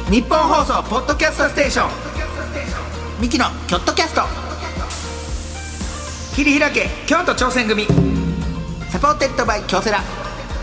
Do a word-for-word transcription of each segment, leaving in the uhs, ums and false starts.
日本放送ポッドキャストステーションミキのキョットキャスト。切り開け京都挑戦組サポーテッドバイ京セラ。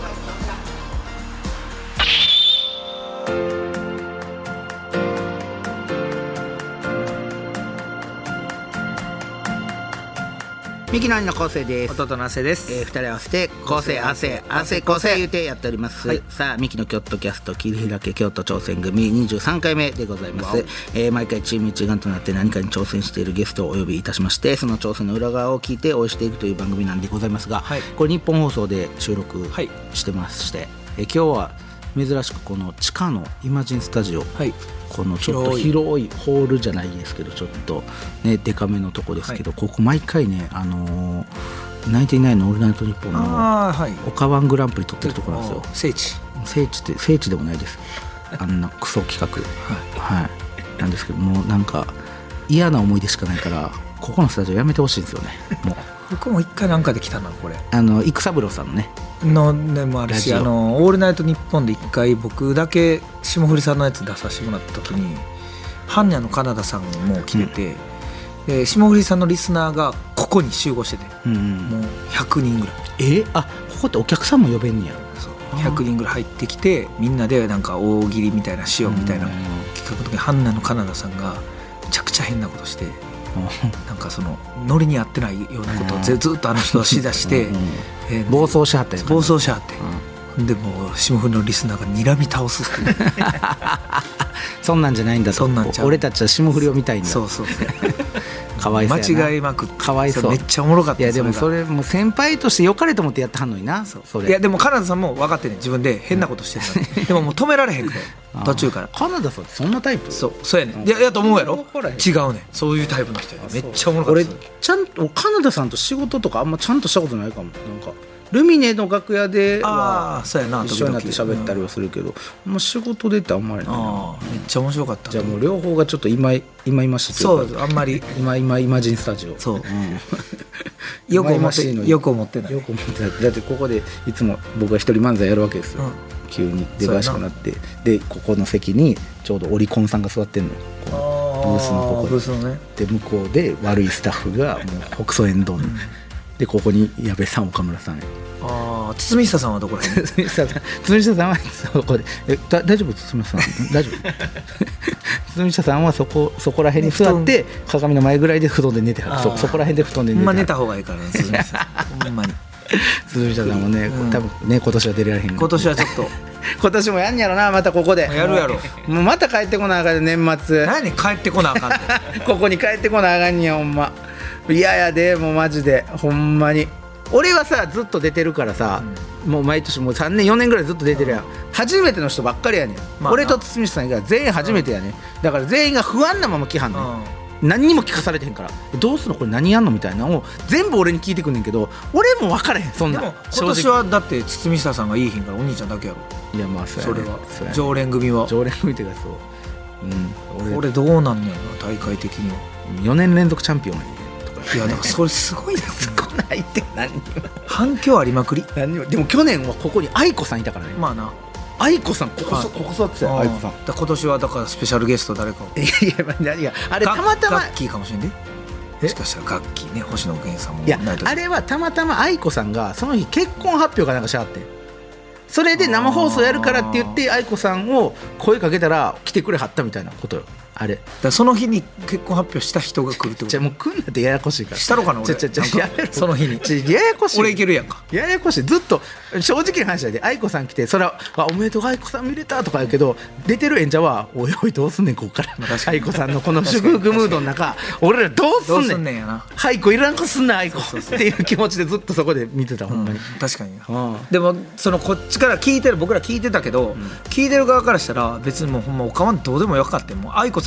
ミキの兄の昴生です。 弟の亜生です。 えー、ふたり合わせて昴生亜生亜生昴生言うてやっております、はい、さあミキのキョットキャスト切り開け京都挑戦組にじゅうさんかいめでございます、えー、毎回チーム一丸となって何かに挑戦しているゲストをお呼びいたしまして、その挑戦の裏側を聞いて応援していくという番組なんでございますが、はい、これ日本放送で収録してまして、はい、えー、今日は珍しくこの地下のイマジンスタジオ、はい、このちょっと広いホールじゃないですけどちょっとねデカめのとこですけど、はい、ここ毎回ねあのー、ナインティナインのオールナイトニッポンのオカワングランプリ取ってるところなんですよ。 聖地聖地って聖地でもないです。あんなクソ企画はい、はい、なんですけどもうなんか嫌な思い出しかないからここのスタジオやめてほしいんですよね。もう僕も一回なんかで来たなこれあの育三郎さんのねのでもあるし、あのオールナイトニッポンで一回僕だけ霜降りさんのやつ出させてもらった時にハンニャのカナダさんも来てて、うん、で霜降りさんのリスナーがここに集合してて、うんうん、もうひゃくにんぐらい。 えー、あここってお客さんも呼べんねや。 そうひゃくにんぐらい入ってきてみんなでなんか大喜利みたいなしようみたいな企画の時にハンニャのカナダさんがめちゃくちゃ変なことしてなんかそのノリに合ってないようなことをずっとあの人はしだして、 えー、暴走しはったよ暴走しはって、うん、でも霜降りのリスナーが睨み倒すっていうそんなんじゃないんだと。そんなんちゃう俺たちは霜降りを見たいんだ。 そうそうそうかわいそうやな。 間違いまくってかわいそう。 めっちゃおもろかった。 いやでもそれも先輩として良かれと思ってやってはんのにな。 そうそれいやでもカナダさんも分かってね自分で変なことしてるから、ね、でももう止められへんくて途中から。 カナダさんってそんなタイプ？ そうそうやねん。いややと思うやろ。違うねんそういうタイプの人やね。めっちゃおもろかった。 俺ちゃんとカナダさんと仕事とかあんまちゃんとしたことないかも。なんかルミネの楽屋では一緒になって喋ったりはするけど、もう仕事でってあんまりないな。 あめっちゃ面白かった。 じゃあもう両方がちょっと今今今しい。 そうあんまり今今イマジンスタジオ。そう、うん、 よく思ってよく思ってない。 よく思ってない。だってここでいつも僕が一人漫才やるわけですよ、うん、急に出がしくなってでここの席にちょうどオリコンさんが座ってんのよ。このブースのここで、 ブースのね、 で向こうで悪いスタッフがもう北総エンドン、うん、でここに矢部さん岡村さん。 ああ堤下さんはどこら辺？ 堤下さん堤下さんはそこでえだ大丈夫？堤下さん大丈夫？堤下さんはそこそこら辺に座って鏡の前ぐらいで布団で寝てはる。 そ, そこら辺で布団で寝てはる。 ほんま寝た方がいいからね堤下さんほんまに堤下さんもね、うん、多分ね今年は出られへん。 今年はちょっと今年もやんやろな。またここでやるやろ。 もうまた帰ってこなあかんで年末。 何帰ってこなあかんってここに帰ってこなあかんにやほんま。いややでもうマジでほんまに俺はさずっと出てるからさ、うん、もう毎年もうさんねんよねんぐらいずっと出てるやん、うん、初めての人ばっかりやねん、まあ、俺と堤下さん以外全員初めてやねん、うん、だから全員が不安なまま来はんねん、うん、何にも聞かされてへんからどうすんのこれ何やんのみたいなのを全部俺に聞いてくんねんけど俺も分からへん。そんなでも今年はだって堤下さんがいい日からお兄ちゃんだけやろ。 いやまあそ, や、ね、 それはそや、ね、 常連組は常連組っていうかそう、 うん、俺これどうなんねんな大会的にはよねん連続チャンピオンやねいやだからそれすごいねすごないって何にも反響ありまくり。 何にもでも去年はここに愛子さんいたからね。 まあな愛子さんここそここ座ってたよ愛子さん。 だ今年はだからスペシャルゲスト誰かを。 いやいや何があれたまたまガッキーかもしれんで。もしかしたらガッキーね星野源さんも。 いやあれはたまたま愛子さんがその日結婚発表かなんかしはってそれで生放送やるからって言って愛子さんを声かけたら来てくれはったみたいなことよあれ。 だその日に結婚発表した人が来るってこと。 じゃもう来んなってややこしいから。 したのかな俺。 ちゃちゃちゃやめろその日にややこしい。 俺いけるやんか。 ややこしい。ずっと正直な話だで愛子さん来てそれはおめでとう愛子さん見れたとか言うけど出てる演者はおいおいどうすんねんここから愛子さんのこの祝福ムードの中俺らどうすんねんどうすんねんやな愛子いらんこすんな愛子っていう気持ちでずっとそこで見てたほんまに、うん、 確かに、うん、でもそのこっちから聞いてる僕ら聞いてたけど、うん、聞いてる側からしたら別にもうほんまおかわんどうでもよかったもう愛子さん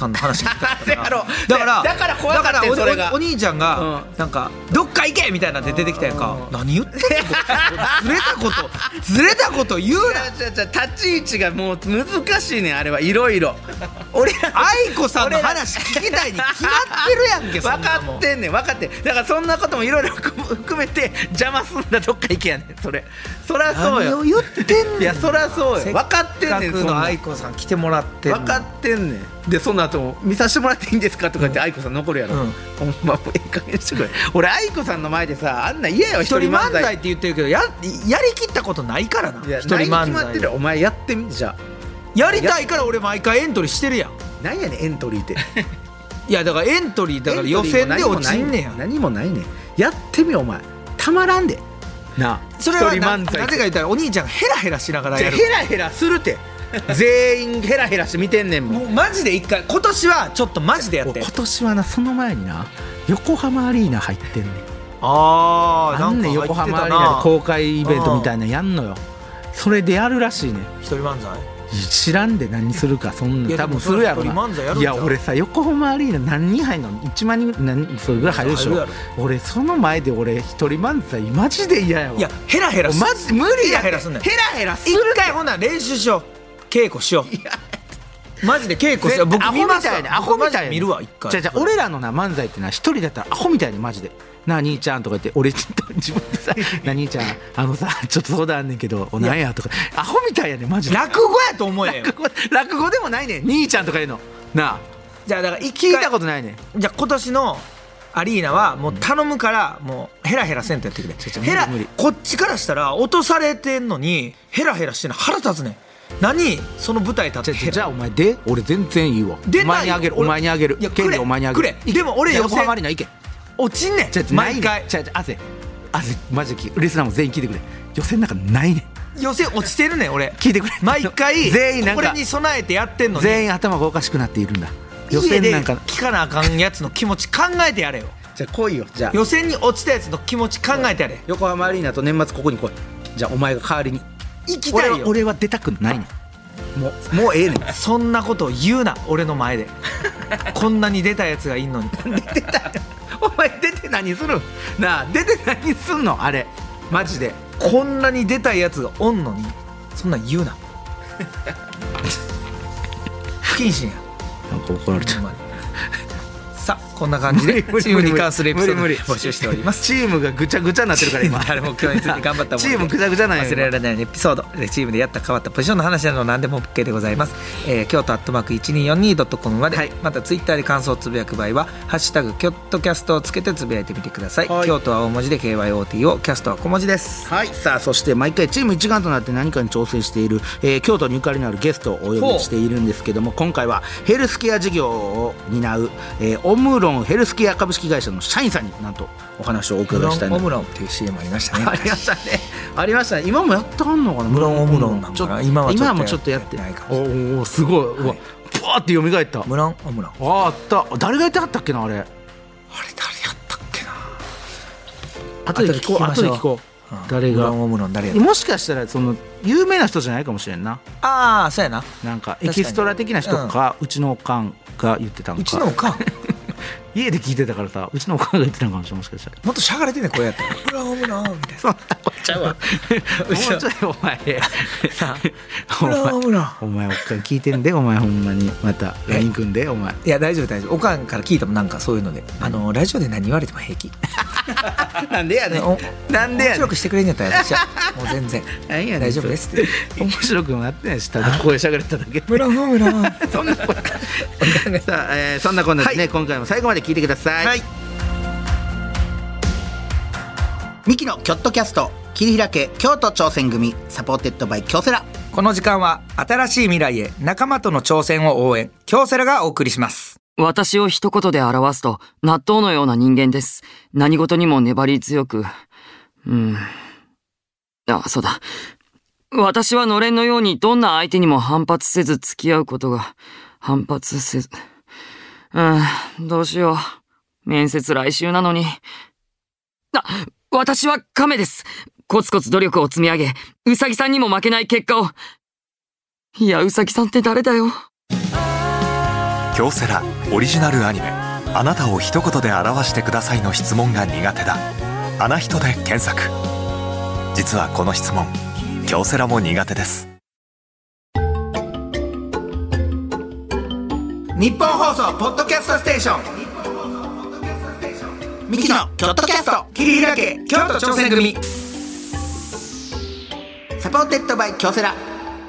さんの話聞いたからろだからだから怖かったよだからおそれがおお兄ちゃんがなんかどっか行けみたいなんで出てきたやんか。何言ってんのずれたことずれたこと言うな。 じゃじゃ立ち位置がもう難しいねんあれはいろいろ。俺ら愛子さんの話聞きたいに決まってるやんけ。そ分んなもんかってんねん分かってんだからそんなこともいろいろ含めて邪魔すんだどっか行けやねんそれ。そりゃそうよ。 何を言ってんねん。 いやそりゃそうよ。分かってんねん。 せっかくの愛子さん来てもらってんの分かってんねん。でその後も見させてもらっていいんですかとか言って愛子さん残るやろ、 うん、 ほんまもうええ加減してくれ。俺愛子さんの前でさあんな嫌よ。 一人漫才って言ってるけど や, やりきったことないからな。一人漫決まってるよ。お前やってみじゃあ。 やりたいから俺毎回エントリーしてるやん。 何やねんエントリーっていやだからエントリーだから予選で落ちんねんや。 何もないねん。やってみよお前たまらんでなあ。 それは一人な漫才なぜか言ったらお兄ちゃんがヘラヘラしながらやる。 ヘラヘラするって全員ヘラヘラして見てんねんもん。 もうマジで一回今年はちょっとマジでやって。 今年はなその前にな横浜アリーナ入ってんねん。 あーあんねん横浜アリーナで公開イベントみたいなのやんのよ。それでやるらしいねん。 一人漫才知らんで何するかそんな多分するやろな。いや俺さ横浜アリーナ何人入んのいちまんにん何それぐらい入るでしょ。俺その前で俺一人漫才マジで嫌やわ。 いやヘラヘラマジ無理や。 ヘラヘラすんねん。 ヘラヘラする。 一回ほな練習しよう。稽古しよう。マジで稽古しよう。僕見ますわ。 アホみたいな見るわ一回。 じゃじゃ俺らのな漫才ってな一人だったらアホみたいにマジでなあ兄ちゃんとか言って俺ちょっと自分でさな兄ちゃんあのさちょっと相談あんねんけどおなんやとかアホみたいやねんマジで。 落語やと思えよ。 落語落語でもないねん兄ちゃんとか言うのなあ。 じゃあだから聞いたことないねん。 じゃあ今年のアリーナはもう頼むからもうヘラヘラせんとやってくれ。ヘラこっちからしたら落とされてんのにヘラヘラしてんの腹立つねん。何その舞台立ってじゃあお前で俺全然いいわ。お前にあげるお前にあげる権利お前にあげる。 でも俺予選横浜アリーナ行け落ちんねん毎回。 じゃあ汗汗マジでリスナーも全員聞いてくれ。予選なんかないねん。 予選落ちてるねん俺。 聞いてくれ毎回全員なんかこれに備えてやってんのに全員頭がおかしくなっているんだ。予家で選なんか聞かなあかんやつの気持ち考えてやれよ。 じゃあ来いよ。じゃあ予選に落ちたやつの気持ち考えてやれ。 横浜アリーナと年末ここに来い。じゃあお前が代わりに行きたいよ。 俺は俺は出たくないねん。もうもうええねん。 そんなことを言うな俺の前でこんなに出たやつがいんのに出てたお前出て何するんなあ。出て何すんのあれマジで。 こんなに出たやつがおんのにそんなん言うな不謹慎や。 なんか怒られちゃう。 さあこんな感じでチームに関するエピソードを募集しております。 チームがぐちゃぐちゃになってるから今誰も今日について頑張ったもんでチームぐちゃぐちゃなんや。 忘れられないエピソードでチームでやった変わったポジションの話など何でも OK でございます、えー、京都アットマーク いちにーよんにードットコム まで、はい、またツイッターで感想をつぶやく場合はハッシュタグキョットキャストをつけてつぶやいてみてください、はい、京都は大文字で ケーワイオーティー をキャストは小文字です。 はい。さあそして毎回チーム一丸となって何かに挑戦している、えー、京都にゆかりのあるゲストをお呼びしているんですけども今回はヘルスケア事業を担う、えー、オムロンヘルスケア株式会社の社員さんになんとお話をお伺いしたいな。 オムロンっていう シーエム ありましたねありましたねありましたね。今もやってはんのかな。 ムロンオムロンなんかな。今は今もちょっとやってないかもしれない。おおすごい、はい、うわブワーって蘇ったムロンオムロン。 ああった誰がやってはったっけなあれ。あれ誰やったっけな。 後で聞こう後で聞こう、うん、誰がムロンオムロン誰や。 もしかしたらその有名な人じゃないかもしれんな。 ああそうやな。 なんかエキストラ的な人か、うん、うちのおかんが言ってたんか。 うちのおかん家で聞いてたからさうちのおかんが言ってたのかもしれない。もしかしたらもっとしゃがれてね声やったらブラオムランみたいな。 そんなことちゃうわもうちょいお前さブラオムランお前おっかん聞いてんでお前ほんまにまた ライン 組んでお前。 いや大丈夫大丈夫。おかんから聞いたもんなんかそういうのであのラジオで何言われても平気なんでやねんなんでやねん。 面白くしてくれんやったら私はもう全然大丈夫ですって面白くもなってないしただ声しゃがれただけブラオムランそんな声さあ、えー、そんなこんなですね、はい、今回も最後まで聞いてください。はい。ミキのキョットキャスト切り開け京都挑戦組サポーテッドバイ京セラ。 この時間は新しい未来へ仲間との挑戦を応援京セラがお送りします。 私を一言で表すと納豆のような人間です。何事にも粘り強くうんあそうだ私はのれんのようにどんな相手にも反発せず付き合うことが反発せずうんどうしよう面接来週なのにあ私は亀です。コツコツ努力を積み上げうさぎさんにも負けない結果を。いやうさぎさんって誰だよ。 京セラオリジナルアニメあなたを一言で表してくださいの質問が苦手だ。あな人で検索。実はこの質問京セラも苦手です。 日本放送ポッドキャストステーションミキのキョットキャスト切り開け京都挑戦組サポーテッドバイ京セラ。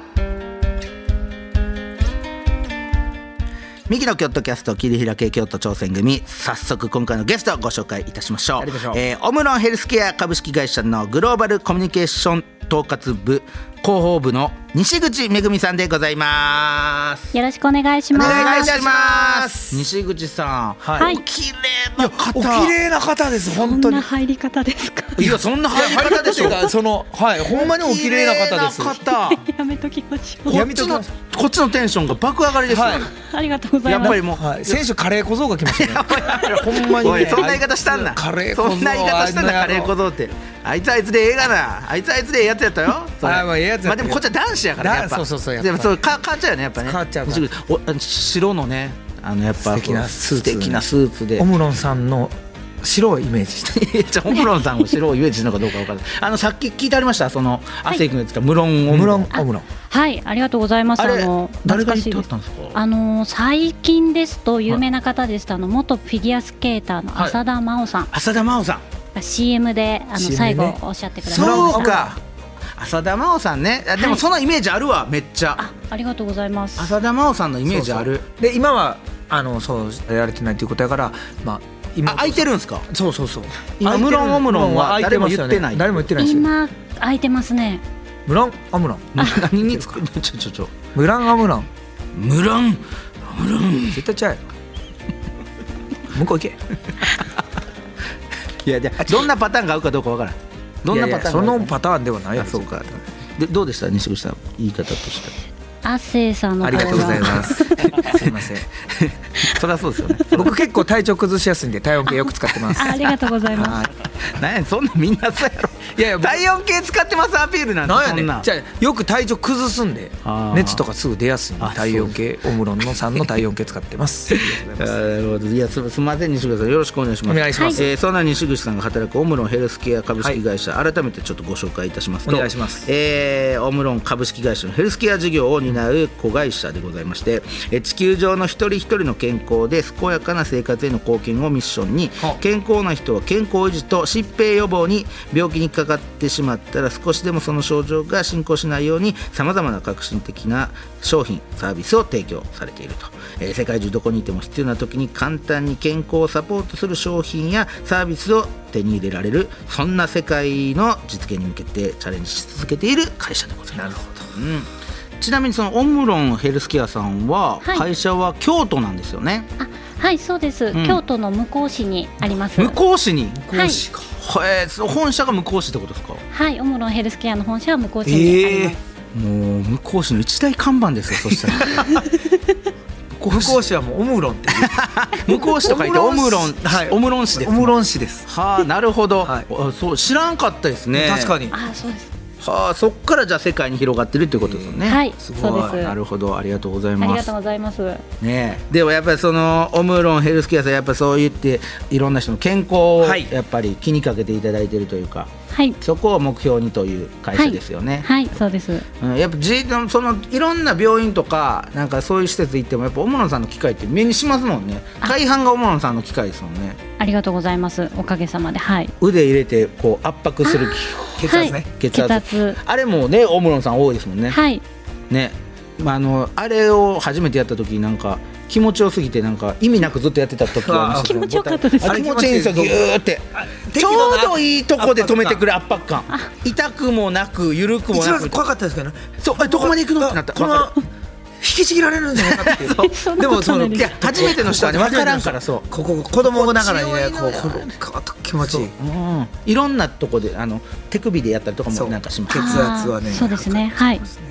ミキのキョットキャスト切り開け京都挑戦組、早速今回のゲストをご紹介いたしましょう。えー、オムロンヘルスケア株式会社のグローバルコミュニケーション統括部広報部の西口めぐみさんでございます。 よろしくお願いします。 お願いいたします。西口さん、 はい、 お綺麗な方。 お綺麗な方です。本当に。 そんな入り方ですか。 いや、そんな入り方でしょ。 そのはい、ほんまにお綺麗な方です。 方やめときましょう。 こっちのこっちのテンションが爆上がりです。はい、 ありがとうございます。 やっぱりもう、 はい、先週カレー小僧が来ましたね。ほんまに、ね、 そんな言い方したんだ。 カレー小僧、 そんな言い方したんだ。カレー小僧って。あいつあいつでええがな。あいつあいつでええやつやったよ。 あ、まあええやつやった。 まあでもこっちは男子やからやっぱ。 そうそうそう。 でもそうか変わっちゃうよねやっぱね。 変わっちゃう。 お白のね、あのやっぱ素敵なスーツ、 素敵なスーツで。 オムロンさんの白いイメージして。 じゃオムロンさんを白いイメージしたのかどうか分からない。あのさっき聞いてありました。その亜生君が言ってたムロンオムロン。 オムロン。 はい、ありがとうございます。あの誰が言ってはったんですか。 あの最近ですと有名な方ですと、あの元フィギュアスケーターの浅田真央さん。 浅田真央さん。 シーエム であの最後おっしゃってくださいました。 そうか。浅田真央さんね。でもそのイメージあるわ、めっちゃ。 あ、ありがとうございます。 浅田真央さんのイメージある。 で今はあのそうやられてないということやから、まあ今空いてるんですか。 そうそうそう。 今ムロンオムロンは誰も言ってない。 誰も言ってないですよ。 今空いてますね。 ムロンオムロン。 何につくちょちょちょ。 ムランオムロン。 ムランオムロン。 絶対ちゃう。向こう行け。 いやでどんなパターンが合うかどうかわからん。どんなパターン。 そのパターンではないやつ。 そうか。でどうでした西口さん、言い方として。 亜生さんのありがとうございます。すいません。 そりゃそうですよね。 僕結構体調崩しやすいんで体温計よく使ってます。 ありがとうございます。 なんやそんなみんなそうやろ。いやいや体温計使ってますアピールなんてそんな。 じゃよく体調崩すんで熱とかすぐ出やすいんで体温計オムロンのさんの体温計使ってます。 なるほど。いやすみません西口さんよろしくお願いします。 お願いします。 えー、そんな西口さんが働くオムロンヘルスケア株式会社、はい、改めてちょっとご紹介いたしますと、 お願いします。 えー、オムロン株式会社のヘルスケア事業を担う子会社でございまして、えー、地球上の一人一人の健康で健やかな生活への貢献をミッションに、健康な人は健康維持と疾病予防に、病気にかかってしまったら少しでもその症状が進行しないようにさまざまな革新的な商品サービスを提供されていると、えー、世界中どこにいても必要な時に簡単に健康をサポートする商品やサービスを手に入れられる、そんな世界の実現に向けてチャレンジし続けている会社でございます。なるほど、うん、ちなみにそのオムロンヘルスケアさんは、はい、会社は京都なんですよね。 あ、はいそうです、うん、京都の向日市にあります。 向日市に向日市か、 はい、えー、本社が向日市ってことですか。 はい、オムロンヘルスケアの本社は向日市にあります、 えー、もう向日市の一大看板ですよ。そしたら向日市はもうオムロンっていう向日市と書いてオムロン、はい、オムロン市です。 オムロン市です。 はあ、なるほど、はい、そう知らんかったですね。 確かに。 あ、そうです。 はあ、そっからじゃあ世界に広がってるということですよね。 はい、そうです。 なるほど、ありがとうございます。 ありがとうございます。 ね、でもやっぱりそのオムロンヘルスケアさんやっぱそう言っていろんな人の健康をやっぱり気にかけていただいているというか、はい、そこを目標にという会社ですよね。 はい、はい、そうです。 うん、やっぱじそのいろんな病院とかなんかそういう施設行ってもやっぱオムロンさんの機械って目にしますもんね。大半がオムロンさんの機械ですもんね。 ありがとうございます。おかげさまで、はい。 腕入れてこう圧迫する血圧ね、はい、 血圧、血圧あれもねオムロンさん多いですもんね。 はいね、まあ、あのあれを初めてやった時なんか気持ちよすぎてなんか意味なくずっとやってた時は気持ちよかったです。 あ、気持ちいいんですよ。ギューってちょうどいいとこで止めてくれ、圧迫感、痛くもなく緩くもなく。 一番怖かったですけどね。 そう、どこまで行くのってなった。 この引きちぎられるんじゃないかっていう。でもそのいや初めての人はね分からんから、そうここ子供ながらにねこう気持ちいい。 いろんなとこであの手首でやったりとかもなんかします。 血圧はね。 そうですね。はい。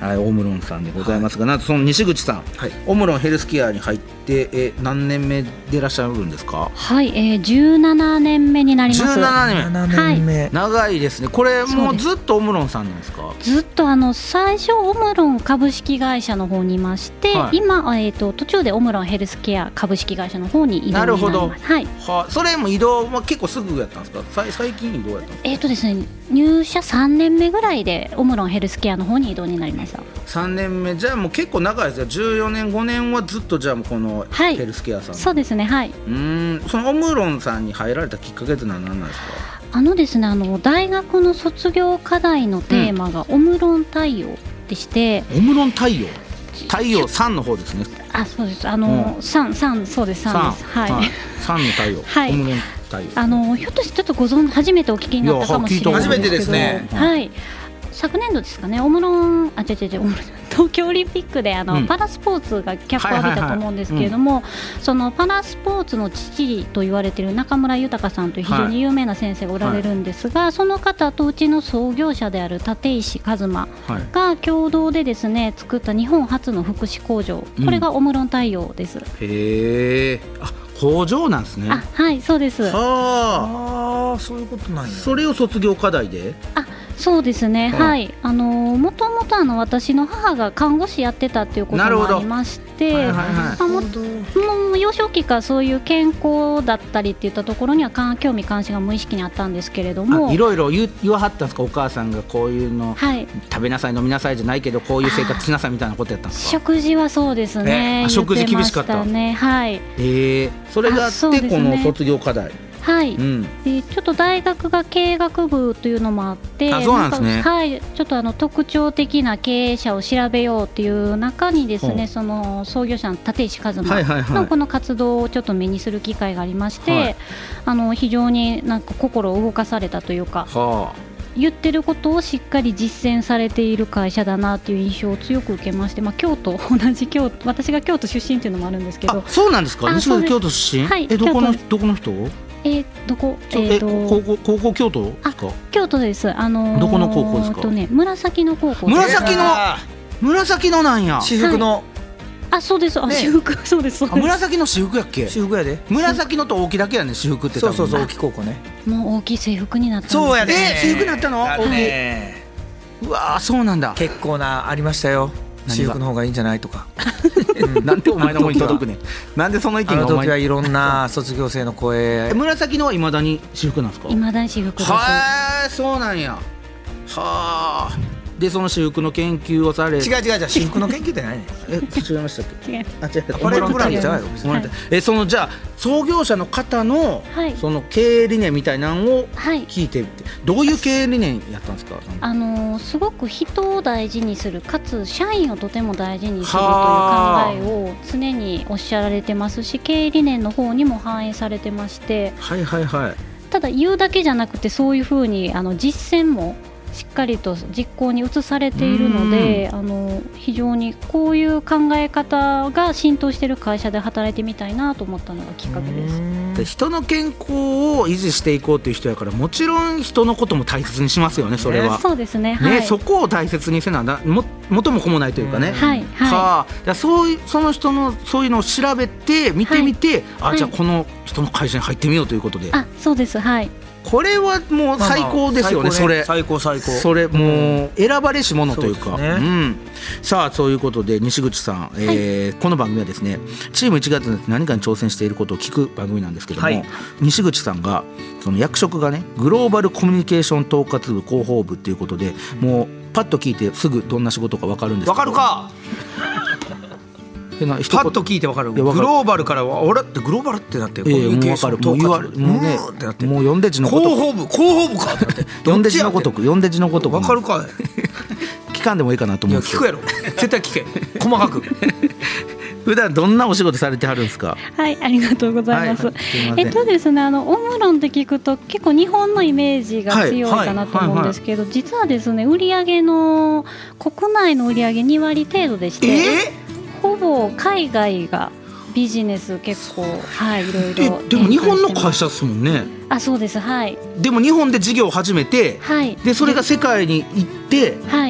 はい、オムロンさんでございますが、はい、なんとその西口さん、はい、オムロンヘルスケアに入ってえ何年目でいらっしゃるんですか？ はい、えー、じゅうななねんめになります。 じゅうななねんめ、 はい、 長いですね。これもうずっとオムロンさんなんですか？ ずっとあの最初オムロン株式会社の方にいまして、はい、今、えー、と途中でオムロンヘルスケア株式会社の方に移動になります。なるほど、はい、 はあ、それも移動は結構すぐやったんですか？最近移動やったんですか？ えーとですね、入社さんねんめぐらいでオムロンヘルスケアの方に移動になりました。 さんねんめ、じゃあもう結構長いですよ。じゅうよねんごねんはずっとじゃあもうこのヘルスケアさん、はい、 そうですね、はい。 うーん、そのオムロンさんに入られたきっかけってのは何なんですか？ あのですね、あの大学の卒業課題のテーマがオムロン太陽でして、 うん、オムロン太陽、太陽さんの方ですね。 あ、そうです。あの、うん、さん、さん、そうです、さんです。はい。 さんの太陽。 はい。 オムロン太陽。 あのひょっとしてちょっとご存知、初めてお聞きになったかもしれないですけど、 初めてですね。 はい。昨年度ですかね、オムロン、あ、違う違う違う、オムロン東京オリンピックであの、うん、パラスポーツが脚光を浴びたと思うんですけれども、そのパラスポーツの父と言われている中村豊さんという非常に有名な先生がおられるんですが、はい、その方とうちの創業者である立石一馬が共同でですね作った日本初の福祉工場、これがオムロン太陽です。うん、 へー、あ、工場なんですね。 あ、はい、そうです。 はあ、そういうことなんや。 それを卒業課題で？ あ、そうですね、はい、はい、あのもともとあの私の母が看護師やってたっていうこともありまして、はいはいはい、も, もう幼少期からそういう健康だったりっていったところには興味関心が無意識にあったんですけれども、 いろいろ 言, 言わはったんですか？お母さんがこういうの、はい、食べなさい飲みなさいじゃないけどこういう生活しなさいみたいなことやったんですか？ 食事はそうですね、 食事厳しかった、 ね、はい、 えー、それがあって、ね、この卒業課題、 はい、うん、でちょっと大学が経営学部というのもあって、 あ、そうなんですね、 はい、ちょっとあの特徴的な経営者を調べようという中にですね、その創業者の立石一馬のこの活動をちょっと目にする機会がありまして、はい、あの非常になんか心を動かされたというか、はあ、言ってることをしっかり実践されている会社だなという印象を強く受けまして、まあ、京都、同じ京都、私が京都出身というのもあるんですけど。 あ、そうなんですか？西口京都出身、はい、え、どこの、どこの人？ えー、どこ、えー、と高校、高校京都ですか？ 京都です。あのー、 どこの高校ですか？ とね、紫の高校。 紫の、紫のなんや。 私服の、はい、 あ、そうです。あ、ね、私服、そうです。そうです。 あ、紫の私服やっけ？ 私服やで。 紫のと大木だけやね、私服って。 そうそうそう、大木高校ね。 もう大きい制服になったんです。 そうやね。 えー、制服になったの？大木。うわー、そうなんだ。 結構なありましたよ。私服の方がいいんじゃないとか。 うん、なんでお前の方に届くねん。なんでその意見がお前に。 あの時はいろんな卒業生の声。 紫のはいまだに私服なんですか？ いまだに私服です。 はー、そうなんや。はあ。でその私服の研究をされ。 違う違う違う、私服の研究って何？ え、違いましたっけ？ 違います。 あ、違う。 アパレルブランドじゃないよ。 はい、え、そのじゃあ創業者の方の、はい、その経営理念みたいなのを聞いてみて、はい、どういう経営理念やったんですか？ あのー、すごく人を大事にする、かつ社員をとても大事にするという考えを常におっしゃられてますし、経営理念の方にも反映されてまして、 はいはいはい。 ただ言うだけじゃなくて、そういうふうにあの実践もしっかりと実行に移されているので、あの非常にこういう考え方が浸透している会社で働いてみたいなと思ったのがきっかけです。 で人の健康を維持していこうという人やから、もちろん人のことも大切にしますよね、それは。 そうですね、 ね、 はい、 そこを大切にせなだも元も子もないというかね、 はいはい、 はあ、だそういうその人のそういうのを調べて見てみて、はい、あ、じゃあこの人の会社に入ってみようということで。 あ、そうです、はい。 これはもう最高ですよね、まあまあ、それ最高最高、 それもう選ばれし者というか、 そうですね、 うん、さあそういうことで西口さん、えーはい、この番組はですね、チームいちがつになって何かに挑戦していることを聞く番組なんですけども、はい、西口さんがその役職がね、グローバルコミュニケーション統括部広報部っていうことで、もうパッと聞いてすぐどんな仕事か分かるんですけど。 分かるかパッと聞いて分かる。グローバルからは俺ってグローバルってなって、 えー、もう分かる、もう言われもうね、もう読んで字のごとく、 広報部広報部かってなって読んで字のごとく読んで字のごとく分かるか聞かんでもいいかなと思うんですけど。 いや聞くやろ、絶対聞け細かく普段どんなお仕事されてはるんですか？ はい、ありがとうございます。はい、えっとですね、あのオムロンって聞くと結構日本のイメージが強いかなと思うんですけど、実はですね、売上の国内の売上にわり程度でして、えー、ほぼ海外がビジネス結構、はい、いろいろ。 え、でも日本の会社ですもんね。 あ、そうです、はい。 でも日本で事業を始めて、 はい、 でそれが世界に行って、 はい、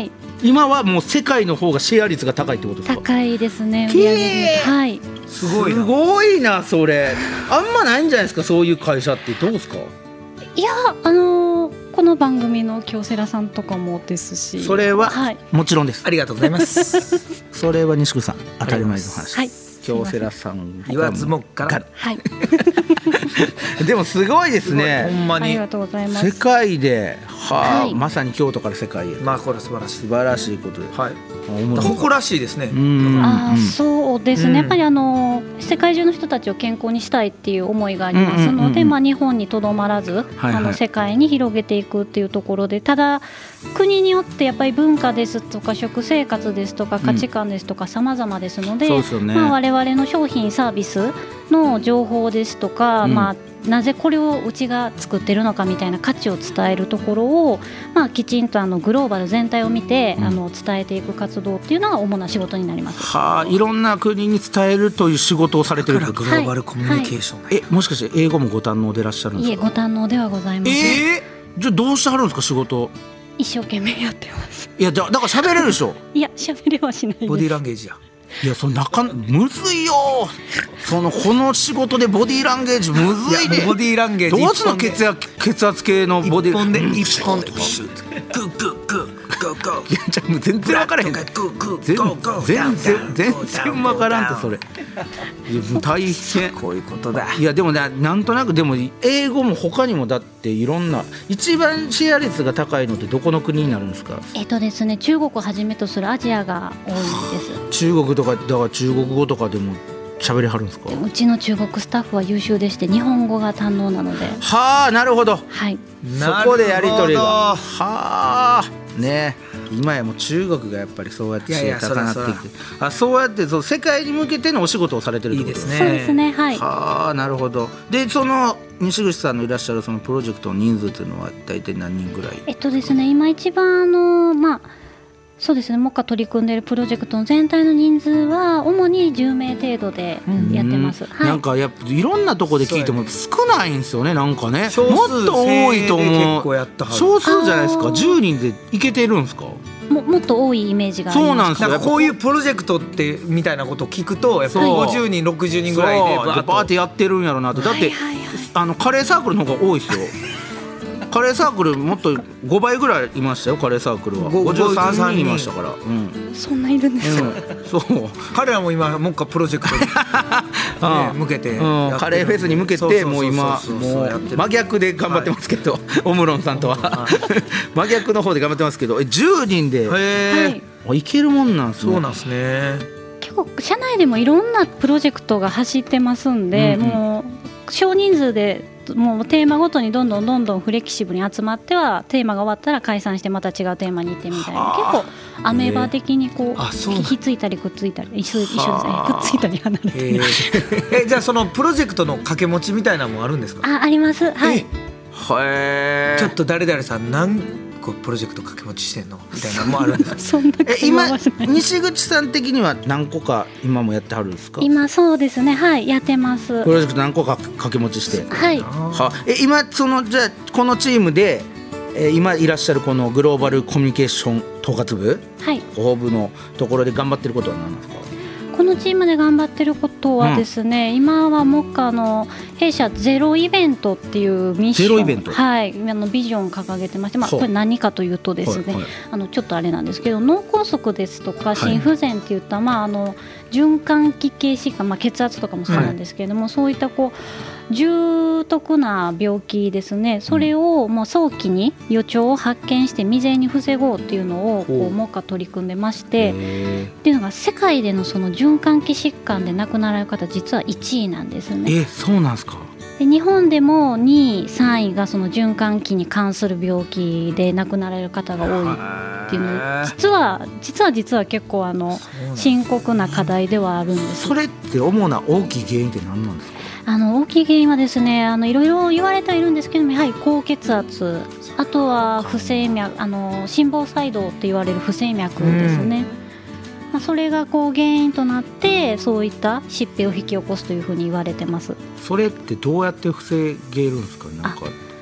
今はもう世界の方がシェア率が高いってことですか？ 高いですね。 きれい売り上げではい。 すごいなすごいなそれ。あんまないんじゃないですかそういう会社って。どうですか？ いやあのーこの番組の京セラさんとかもですし、 それは、 はい、 もちろんです。 ありがとうございますそれは西口さん当たり前の話。 はい。 京セラさん言わずもがな。 はい。 でもすごいですほね。 んまにありがとうございます。 世界で、はあはいまさに京都から世界へ。 まあこれ素晴らしい。 素晴らしいことで。 はい。 おもろい誇らしいですね。 うんあーそうですね、 うんやっぱりあの世界中の人たちを健康にしたいっていう思いがありますので、 うんうんうんうんまあ、日本にとどまらず、 はいはいあの世界に広げていくっていうところで、ただ国によってやっぱり文化ですとか食生活ですとか価値観ですとか様々ですので、 そうですよね。 まあ、我々の商品サービスの情報ですとか、 うんまあなぜこれをうちが作ってるのかみたいな価値を伝えるところを、まあ、きちんとあのグローバル全体を見て、 うんあの伝えていく活動っていうのが主な仕事になります。 はあ、いろんな国に伝えるという仕事をされてるってことだからグローバルコミュニケーション、 え、もしかして英語もご堪能でいらっしゃるんでいえすか？ ご堪能ではございません、 えー、じゃあどうしてはるんですか仕事？ 一生懸命やってますいやだだから喋れるでしょいや喋れはしないです。 ボディーランゲージや。 いやそのなかむずいよそのこの仕事でボディーランゲージむずいいでやボディーランゲージどうすんの血圧血圧計のボディ一本でうん一本でプシュッグーグーグーゴーゴーいやじゃあもう全然分からへんグーグー全ゴーゴー全然全然分からんってそれいやもう大変こういうことだ。 いやでもねなんとなくでも英語も他にもだっていろんな一番シェア率が高いのってどこの国になるんですか？ えっとですね中国をはじめとするアジアが多いんです。 中国とかだから中国語とかでも喋れはるんですか？ でもうちの中国スタッフは優秀でして日本語が堪能なので、 はあなるほどはい、 そこでやり取りがはなるあね今やもう中国がやっぱりそうやって知恵高なってきていやいやそあそうやってそう世界に向けてのお仕事をされてるってこといいですねそうですね、はい。 はあなるほど。でその西口さんのいらっしゃるそのプロジェクトの人数というのは大体何人ぐらい？ えっとですね、今一番あのまあそうですね、目下取り組んでいるプロジェクトの全体の人数は主にじゅうめい程度でやってます。 うんはい。 なんかやっぱいろんなとこで聞いても少ないんですよねなんかね少数もっと多いと制で思う結構やったはず少数じゃないですかあーじゅうにんでいけてるんですか？ ももっと多いイメージがあります。 そうなんですよなんかこういうプロジェクトってみたいなことを聞くとやっぱりそうごじゅうにんろくじゅうにんぐらいでそうバーッとバーってやってるんやろなってだって、 はいはいはいあのカレーサークルの方が多いですよカレーサークルもっとごばいぐらいいましたよカレーサークルはごごじゅうさんにんいごじゅうさんにんましたからうん、 そんないるんですか。 うん、そう彼らも今もっかプロジェクトに、ねああ向けてやってるうん、カレーフェスに向けそうそうそうそうてもう今そうそうもやってるう真逆で頑張ってますけど、オムロンさんとは真逆の方で頑張ってますけどえじゅうにんでへはえい。 あいけるもんなんですねそうなんですね。 結構社内でもいろんなプロジェクトが走ってますんで、 うんうんもう少人数でもうテーマごとにどんどんどんどんフレキシブルに集まってはテーマが終わったら解散してまた違うテーマに行ってみたいなはあ結構アメーバー的にこう、 あそうなんひっついたりくっついたり一緒一緒ですねはあくっついたり離れたりへええじゃあそのプロジェクトの掛け持ちみたいなのもあるんですか？ あありますはいへえちょっと誰々さん何個プロジェクト掛け持ちしてんのみたいなのもあるんですか？ そんなえ今はしない西口さん的には何個か今もやってはるんですか？ 今そうですねはいやってますプロジェクト何個か掛け持ちしてはいはえ今そのじゃあこのチームで、えー今いらっしゃるこのグローバルコミュニケーション統括部はい広報部のところで頑張ってることは何ですか？ このチームで頑張ってることはですね、うん、今は目下の弊社ゼロイベントっていうミッションゼロイベントはいあのビジョンを掲げてまして、まあ、 ほうこれ何かというとですね、 はいはいあのちょっとあれなんですけど脳梗塞ですとかい心不全っていった、まあ、あの循環器系疾患、まあ、血圧とかもそうなんですけれども、そういったこう重篤な病気ですねそれをもう早期に予兆を発見して未然に防ごうっていうのをこほうう目下取り組んでましてへっていうのが世界でのその循環器疾患で亡くなられる方実はいちいなんですね。 えそうなんですか？ で日本でもにいさんいがその循環器に関する病気で亡くなられる方が多いっていうの実は実は実は結構あの深刻な課題ではあるんですそれって主な大きい原因って何なんですか？ あの大きい原因はですねあのいろいろ言われてはいるんですけどもやはり高血圧あとは不整脈あの心房細動って言われる不整脈ですね、まあ、それがこう原因となってそういった疾病を引き起こすというふうに言われてます。 それってどうやって防げるんですか？なんか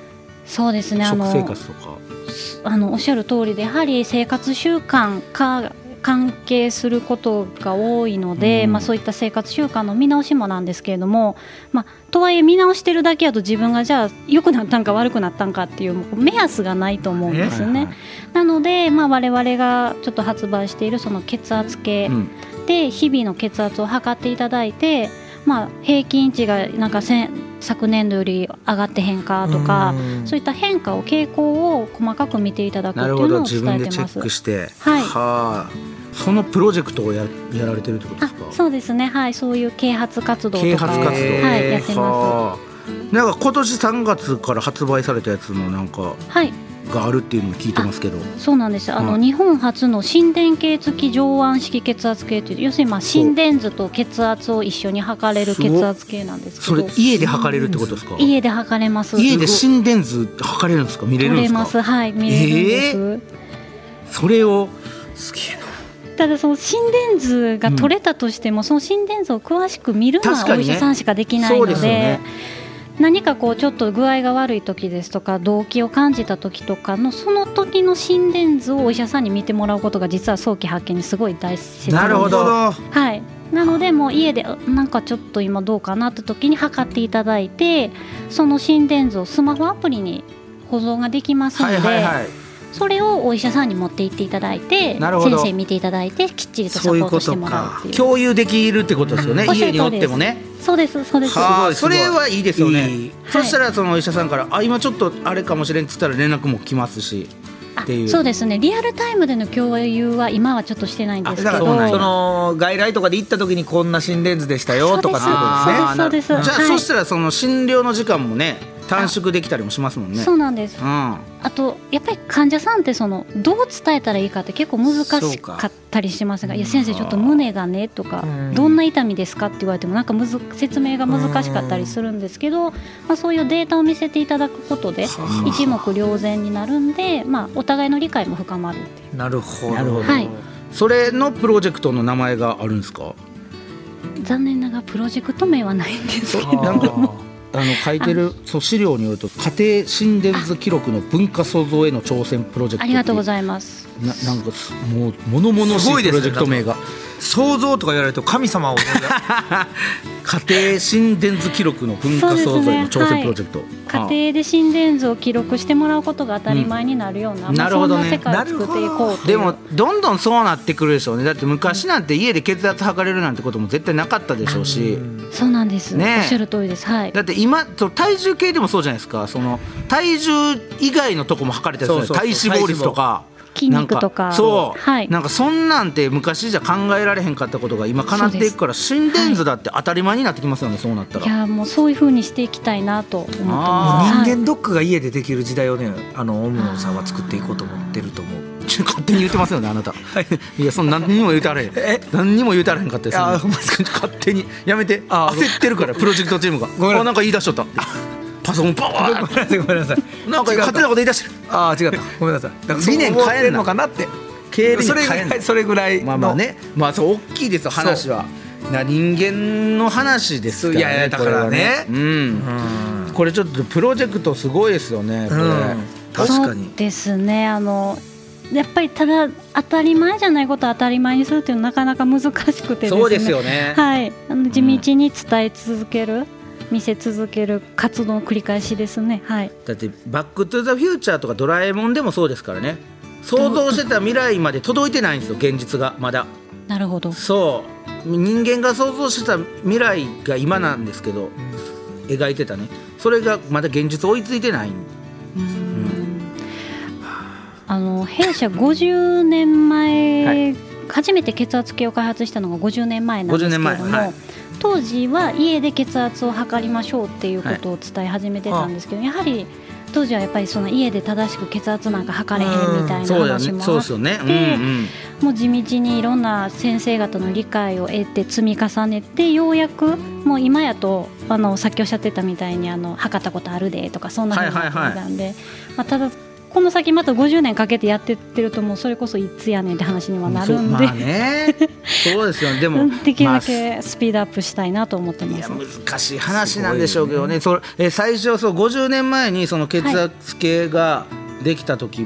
そうですね、あの食生活とかあのおっしゃる通りで、やはり生活習慣か関係することが多いので、 うんまあ、そういった生活習慣の見直しもなんですけれども、まあ、とはいえ見直してるだけだと自分がじゃあ良くなったんか悪くなったんかっていう目安がないと思うんですよね、 はいはい、 なので、まあ、我々がちょっと発売しているその血圧計で日々の血圧を測っていただいて、まあ、平均値がなんかせ昨年度より上がってへんかとか、そういった変化を傾向を細かく見ていただくっていうのを伝えてます。 自分でチェックして、 はい、 はあ、そのプロジェクトを や, やられてるってことですか？ あ、そうですね、はい、そういう啓発活動とか啓発活動、 はい、やってます。 なんか今年さんがつから発売されたやつのなんか、はい、があるっていうのを聞いてますけど。 そうなんです、あの、 はい、 日本初の心電計付き上腕式血圧計という、要するにまあ心電図と血圧を一緒に測れる血圧計なんですけど。 それ家で測れるってことですか？ 家で測れます。 家で心電図測れるんですか？見れるんですか？ 見れます、はい、見れるんです、えー、 それをすげえな。 ただその心電図が取れたとしても、うん、その心電図を詳しく見るのはお医者さんしかできないの で, で、ね、何かこうちょっと具合が悪い時ですとか動悸を感じた時とかのその時の心電図をお医者さんに見てもらうことが実は早期発見にすごい大切なんです。 なるほど、 はい、なのでもう家でなんかちょっと今どうかなって時に測っていただいて、その心電図をスマホアプリに保存ができますので、はいはいはい、それをお医者さんに持って行っていただいて、先生見ていただいてきっちりとサポートしてもらうっていう、 共有できるってことですよね、うん、家におってもね。 そうですそうです。 はあ、それはいいですよね。いい、 はい、 そしたらそのお医者さんからあ今ちょっとあれかもしれんって言ったら連絡も来ますしっていう。 そうですね、リアルタイムでの共有は今はちょっとしてないんですけど、 その外来とかで行った時にこんな心電図でしたよとかってことですね。 そうですそうです。 じゃあ、はい、そしたらその診療の時間もね短縮できたりもしますもんね。 そうなんです、 うん、あとやっぱり患者さんってそのどう伝えたらいいかって結構難しかったりしますが、いや先生ちょっと胸がねとか、うん、どんな痛みですかって言われてもなんかむず説明が難しかったりするんですけど、まあ、そういうデータを見せていただくことで一目瞭然になるんで、まあ、お互いの理解も深まるっていう。 なるほど、 なるほど、 はい、 それのプロジェクトの名前があるんですか？ 残念ながらプロジェクト名はないんですけどなんかあの書いてるそう資料によると家庭心電図記録の文化創造への挑戦プロジェクト。 ありがとうございます。 ななんかもう物々しいプロジェクト名が、 創造とか言われると神様を思い家庭心電図記録の文化創造への挑戦プロジェクト、ね、 はい、家庭で心電図を記録してもらうことが当たり前になるような、うん、まあ、そんな世界を作っていこうという。 でもどんどんそうなってくるでしょうね。だって昔なんて家で血圧測れるなんてことも絶対なかったでしょうし、 うん、そうなんです、ね、おっしゃる通りです、はい、 だって今体重計でもそうじゃないですか。その体重以外のとこも測れたりする。体脂肪率とか筋肉とか、 そう、 はい、 なんかそんなんて昔じゃ考えられへんかったことが今叶っていくから心電図だって当たり前になってきますよね、はい、そうなったら。 いやもうそういう風にしていきたいなと思ってます。 人間ドックが家でできる時代をね、あのオムノンさんは作っていこうと思ってると思う。 勝手に言ってますよねあなた。いやそんな何にも言うたらへん何にも言うたらへんかったですよ、ね、勝手にやめて。焦ってるからプロジェクトチームがごめんあなんか言い出しちゃったパソコンパワーごめんなさいごめんなさいなんか勝手なこと言い出してる。 ああ違ったごめんなさい。だから理念変えるのかなって経理に変えんのそれぐらいまあまあね、まあそう大きいですよ話は。な人間の話ですからね。 いやいやだからね、 これはね、うん、うん、これちょっとプロジェクトすごいですよねこれ、うん、 確かにそうですね。あのやっぱりただ当たり前じゃないことを当たり前にするっていうのはなかなか難しくてですね。 そうですよね、 はい、あの地道に伝え続ける、うん、見せ続ける活動の繰り返しですね、はい、 だってバックトゥザフューチャーとかドラえもんでもそうですからね。想像してた未来まで届いてないんですよ現実がまだ。 なるほど。 そう人間が想像してた未来が今なんですけど、うん、描いてたねそれがまだ現実追いついてない。うん、うん、 あの弊社ごじゅうねんまえ、はい、初めて血圧計を開発したのがごじゅうねんまえなんですけれども、ごじゅうねんまえ、はい、当時は家で血圧を測りましょうっていうことを伝え始めてたんですけど、はい、やはり当時はやっぱりその家で正しく血圧なんか測れへんみたいな話もあって、もう地道にいろんな先生方の理解を得て積み重ねてようやくもう今やとあのさっきおっしゃってたみたいにあの測ったことあるでとかそんなふうになってたんで、まあ、ただこの先またごじゅうねんかけてやってってるともうそれこそいつやねんって話にはなるんで、 まあねそうですよね。でもできるだけスピードアップしたいなと思ってます。 いや難しい話なんでしょうけどね。それえ最初そうごじゅうねんまえにその血圧計ができた時、はい、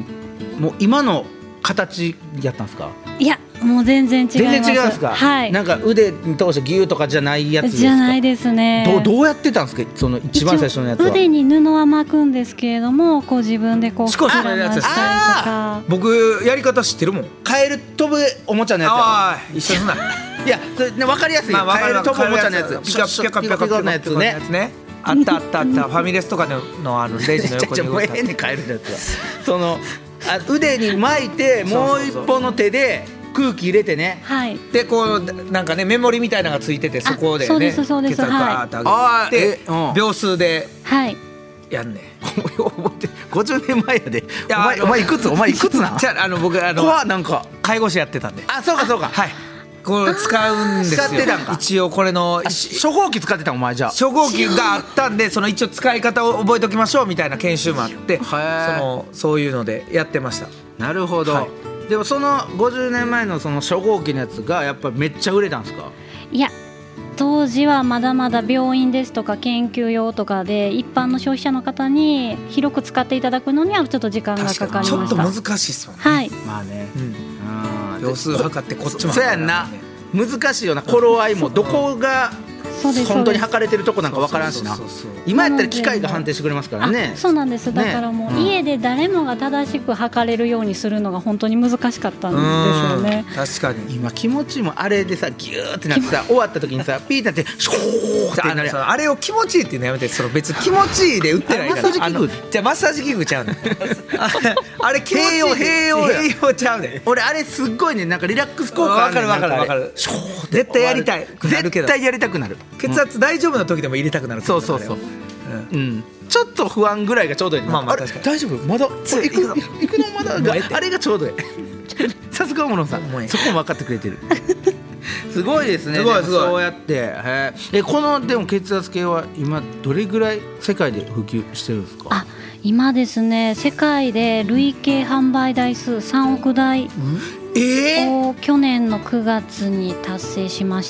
もう今の形やったんですか？ いやもう全然違います。 全然違うんですか？はい。なんか腕に通してギューとかじゃないやつですか？ じゃないですね。 どうどうやってたんですか？その一番最初のやつは。 腕に布は巻くんですけれども、こう自分でこう少しのやつですね。 あ僕やり方知ってるもん。 カエル飛ぶおもちゃのやつ。 ああ一緒すな。 いやそれ、ね、分かりやすい、まあ、カエル飛ぶおもちゃのやつ。 ピカピカピカピカのやつね。あったあったあった。ファミレスとかののあのレジの横に。 もうええねカエルのやつは。そのあ腕に巻いてもう一本の手で空気入れてね、 はい、 でこうなんかねメモリみたいなのがついててそこでねそうですそうです、 血圧ガーッと上げて、はい、秒数でやんねん、 はい、ごじゅうねんまえやで。お前お前いくつお前いくつなじゃああの僕あの怖なんか介護士やってたんで。 あそうかそうかはいこれ使うんですよ。 使ってたんか一応これの初号機使ってたんお前じゃあ。 初号機があったんでその一応使い方を覚えておきましょうみたいな研修もあってそのそういうのでやってました。 なるほど、はい、でもそのごじゅうねんまえのその初号機のやつがやっぱめっちゃ売れたんですか？ いや当時はまだまだ病院ですとか研究用とかで一般の消費者の方に広く使っていただくのにはちょっと時間がかかりました。 ちょっと難しいですよね。 はいまあね、 うん、秒数測ってこっちもそうやんな難しいよな。頃合いもどこが本当に測れてるとこなんか分からんしな。今やったら機械が判定してくれますからね。 そうなんです。だからもう家で誰もが正しく測れるようにするのが本当に難しかったんですよね。 確かに今気持ちいいもあれでさギューってなってさ終わった時にさピーってなってシューってなる。 あれを気持ちいいっていうのやめて。その別に気持ちいいで売ってないから。 マッサージ器具じゃあマッサージ器具ちゃうねんあれ気持ちいい併用併用や併用ちゃうねん。 俺あれすっごいねなんかリラックス効果あるねん。 分かる分かる分かる。絶対やりたい絶対やりたくなる。 血圧大丈夫な時でも入れたくなる。 そうそうそう、うんうん、ちょっと不安ぐらいがちょうどいい。まあまあ確かに大丈夫まだ行く行くのまだがあれがちょうどいいさすが小室さんそこも分かってくれてるすごいですね。 すごいすごい。 そうやってへえこのでも血圧計は今どれぐらい世界で普及してるんですか？ あ今ですね世界で累計販売台数さんおくだい、うんえー、を去年のくがつに達成しまして、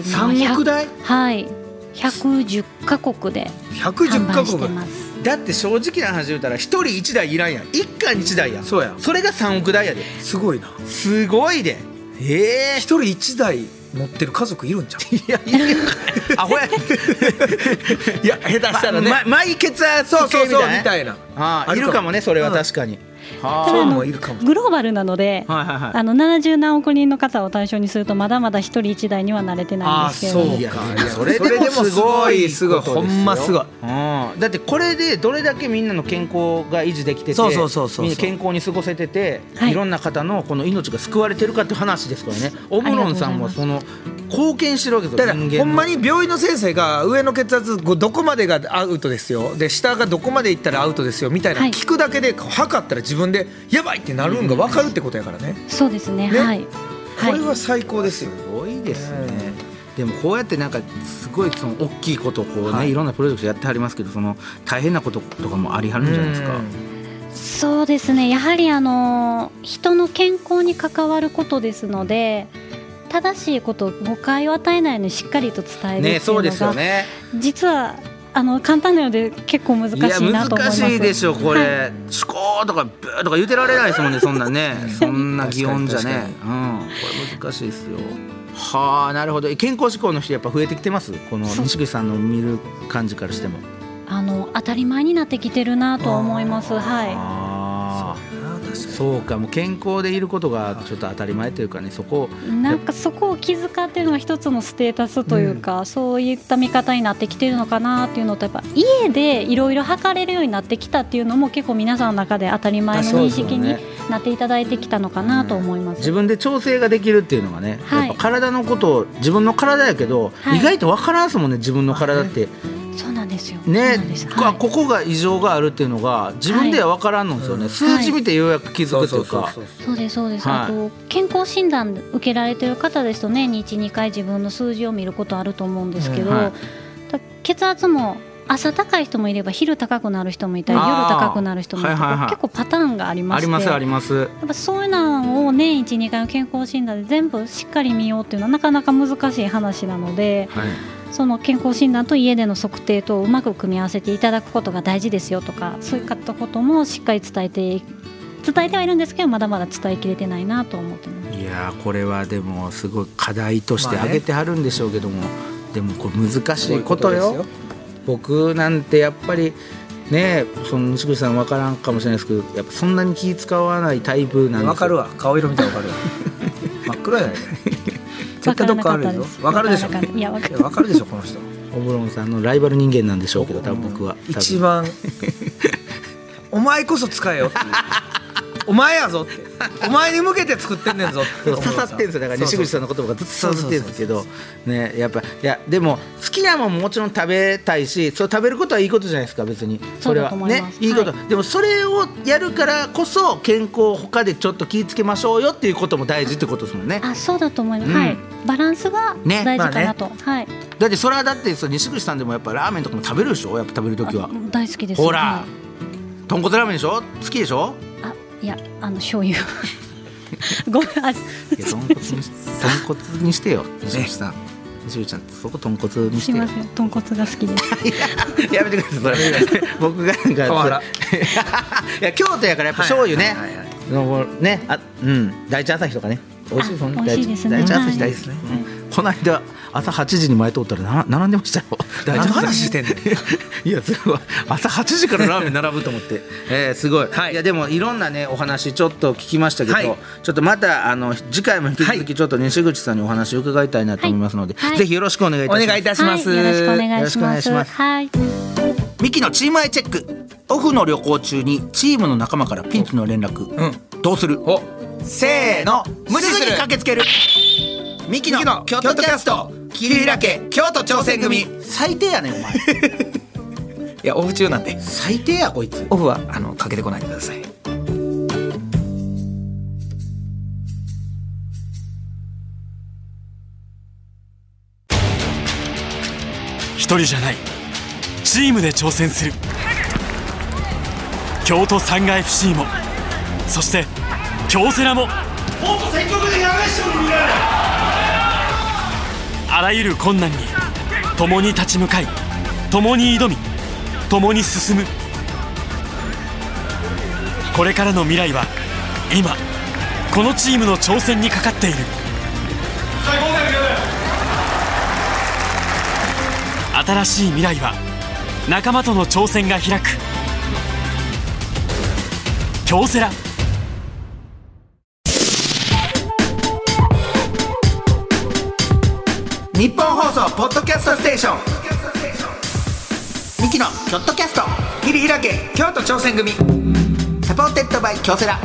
さんおくだいはいひゃくじゅっかこくで販売してます。 だって正直な話言うたらひとりいちだいいらんやん。一家にいちだいやん。 そうやそれがさんおくだいやで。 すごいな。 すごいで。ええひとりいちだい持ってる家族いるんちゃう？ いやいやアホやいや下手したらね、 ま、マイ血圧計みたいな、 そうそうそうみたいなああいるかもねそれは確かに、 うん、はあ、グローバルなので、はいはいはい、あのななじゅうなんおくにんの方を対象にするとまだまだひとりいちだいには慣れてないんですけど。 あそうか。それでもすごいすごいほんますごい、 うん、だってこれでどれだけみんなの健康が維持できててそうそうそうそうみんな健康に過ごせてて、はい、いろんな方のこの命が救われてるかっていう話ですからね。オムロンさんもその貢献してるわけですよ。 だからほんまに病院の先生が上の血圧どこまでがアウトですよで下がどこまでいったらアウトですよみたいな、はい、聞くだけで測ったら自分でやばいってなるんが分かるってことやからね。 そうです ね, ねはいこれは最高ですよ。 すごいですね、うん、でもこうやってなんかすごいその大きいことをこうね、はい、いろんなプロジェクトやってはりますけどその大変なこととかもありはるんじゃないですか？ そうですねやはりあの人の健康に関わることですので正しいこと誤解を与えないようにしっかりと伝えるっていうのが、ね、そうですよね、実はあの簡単なので結構難しいなと思います。 いや難しいでしょこれ、はい、思考とかブーとか言ってられないですもんねそんなねそんな擬音じゃね、うん、これ難しいですよ。はあなるほど。健康志向の人やっぱ増えてきてますこの西口さんの見る感じからしても。 あの当たり前になってきてるなと思います。はいそうかもう健康でいることがちょっと当たり前というかねそこなんかそこを気遣っているのが一つのステータスというか、うん、そういった見方になってきてるのかなっていうのとやっぱ家でいろいろ測れるようになってきたっていうのも結構皆さんの中で当たり前の認識になっていただいてきたのかなと思います。 自分で調整ができるっていうのがね、はい、やっぱ体のことを自分の体やけど、はい、意外と分からんすもんね自分の体って、 そうなんですよね、はい、ここが異常があるっていうのが自分では分からんのですよね、はい、数字見てようやく気づくというか。 そうですそうです、はい、あと健康診断受けられてる方ですと年に いち,に 回自分の数字を見ることあると思うんですけど、うんはい、血圧も朝高い人もいれば昼高くなる人もいたり夜高くなる人もいたり、はいはいはい、結構パターンがありまして、 ありますあります。やっぱそういうのを年いち、にかいの健康診断で全部しっかり見ようっていうのはなかなか難しい話なので、はい、その健康診断と家での測定とうまく組み合わせていただくことが大事ですよとか、そういったこともしっかり伝えて伝えてはいるんですけど、まだまだ伝えきれてないなと思ってます。 いやこれはでもすごい課題として挙げてはるんでしょうけども、まあね、でもこれ難しいことよ。そういうことですよ。僕なんてやっぱりね、その西口さん分からんかもしれないですけど、やっぱそんなに気使わないタイプなんですよ。 分かるわ、顔色見たら分かるわ真っ黒やないか絶対どっかあるぞ。分かるでしょ。いや分かる、分かるでしょこの人。 オムロンさんのライバル人間なんでしょうけど、多分僕は多分一番お前こそ使えよっていうお前やぞって、お前に向けて作ってんねんぞって刺さってるんですよ。だから西口さんの言葉がずっと刺さってるんですけどね、やっぱいやでも好きなもんもちろん食べたいし、そう食べることはいいことじゃないですか。別にそれはねいいこと、はい、でもそれをやるからこそ健康他でちょっと気をつけましょうよっていうことも大事ってことですもんね。 あ、そうだと思います、うん、はい、バランスが大事かなと、ね、まあね、はい。 だってそれはだって西口さんでもやっぱラーメンとかも食べるでしょ。やっぱ食べるときは大好きです。 ほら、 はい、 豚骨ラーメンでしょ。好きでしょ。 あ、いや、あの醤油ごめん、あ、 豚骨に豚骨にしてよ西口さん、西口ちゃんそこ豚骨にしてよ。 すいません、豚骨が好きですやめてくださいそれ僕がなんかいや京都やからやっぱ醤油ね、はいはいはいはい、ね、あ、うん、第一朝日とかね美味しいですもんね。 美味しいですね。 第一朝日大好きですね、はい、うん、この間朝はちじに前通ったらな並んでましたよ。 何話してんのいやすごい朝はちじからラーメン並ぶと思って、えー、すごい、はい、いやでもいろんなねお話ちょっと聞きましたけど、はい、ちょっとまたあの次回も引き続きちょっと西口さんにお話を伺いたいなと思いますので、はいはい、ぜひよろしくお願いいたします。 お願いいたします、 はい、よろしくお願いします。はい、 ミキのチームアイチェック。オフの旅行中にチームの仲間からピンチの連絡、うん、どうする？おせーの、無視する。すぐに駆けつけるミキの京都キャスト桐平家京都挑戦組。最低やねんお前いやオフ中なんで。 最低やこいつ。 オフはあのかけてこないでください。 一人じゃない、チームで挑戦する京都サンガ エフシー も、そして京セラも、もっと積極的な練習に見られる。あらゆる困難に共に立ち向かい、共に挑み、共に進む。これからの未来は今このチームの挑戦にかかっている。新しい未来は仲間との挑戦が開く。京セラ。 日本放送ポッドキャストステーションミキのキョットキャスト桐平家京都挑戦組、 サポーテッドバイ京セラ。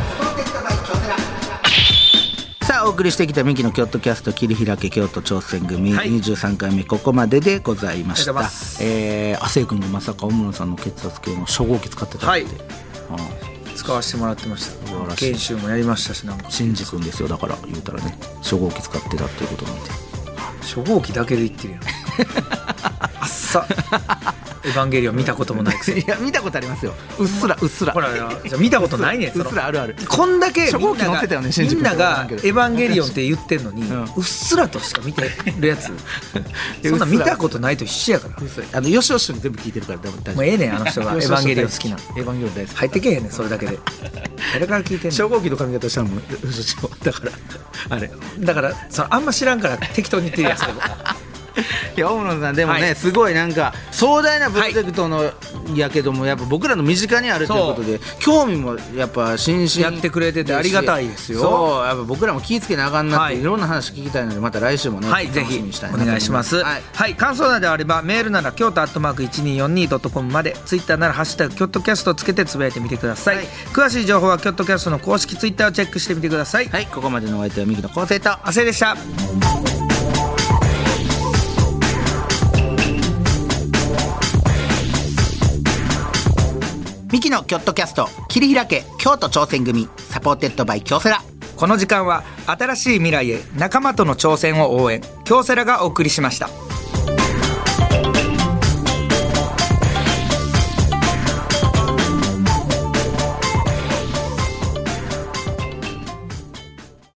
さあお送りしてきたミキの京都キャスト桐平家京都挑戦組、はい、にじゅうさんかいめここまででございました。えー、亜生君がまさか大室さんの血圧計の初号機使ってたって、はい、うん、 使わせてもらってました。研修もやりましたし、なんか新次君ですよ。だから言うたらね、初号機使ってたっていうことなんで。 初号機だけで言ってるよあっさエヴァンゲリオン見たこともないくせに。 いや見たことありますよ、うっすらうっすら。 ほらじゃ見たことないねん。 うっすらあるある。 こんだけみんなが、 ね、 みんながエヴァンゲリオンって言ってんのに、うん、うっすらとしか見てるやつそんな見たことないと一緒やから。 あのよしよしに全部聞いてるから大丈夫。 もうええねん、あの人がエヴァンゲリオン好きな。 エヴァンゲリオン大好き。 入ってけへんねんそれだけで。誰から聞いてんの。 初号機の髪型したのもだからあれだからそのあんま知らんから適当に言ってるやつでもいや大室さんでもね、はい、すごいなんか壮大なプロジェクトの、はい、やけどもやっぱ僕らの身近にあるということで興味もやっぱ心身やってくれててありがたいですよ。 そうやっぱ僕らも気ぃつけなあかんなって、はい、いろんな話聞きたいのでまた来週もね、 はい、ぜひお願いします。はい、はい、感想などであればメールなら京都アットマーク いちにーよんにードットコム まで、ツイッターならハッシュタグキョットキャストつけてつぶやいてみてください。はい、詳しい情報はキョットキャストの公式ツイッターをチェックしてみてください。 はい、ここまでのお相手はミキの昴生と亜生でした。 ミキのキョットキャスト桐平家京都挑戦組、サポーテッドバイ京セラ。 この時間は新しい未来へ仲間との挑戦を応援、京セラがお送りしました。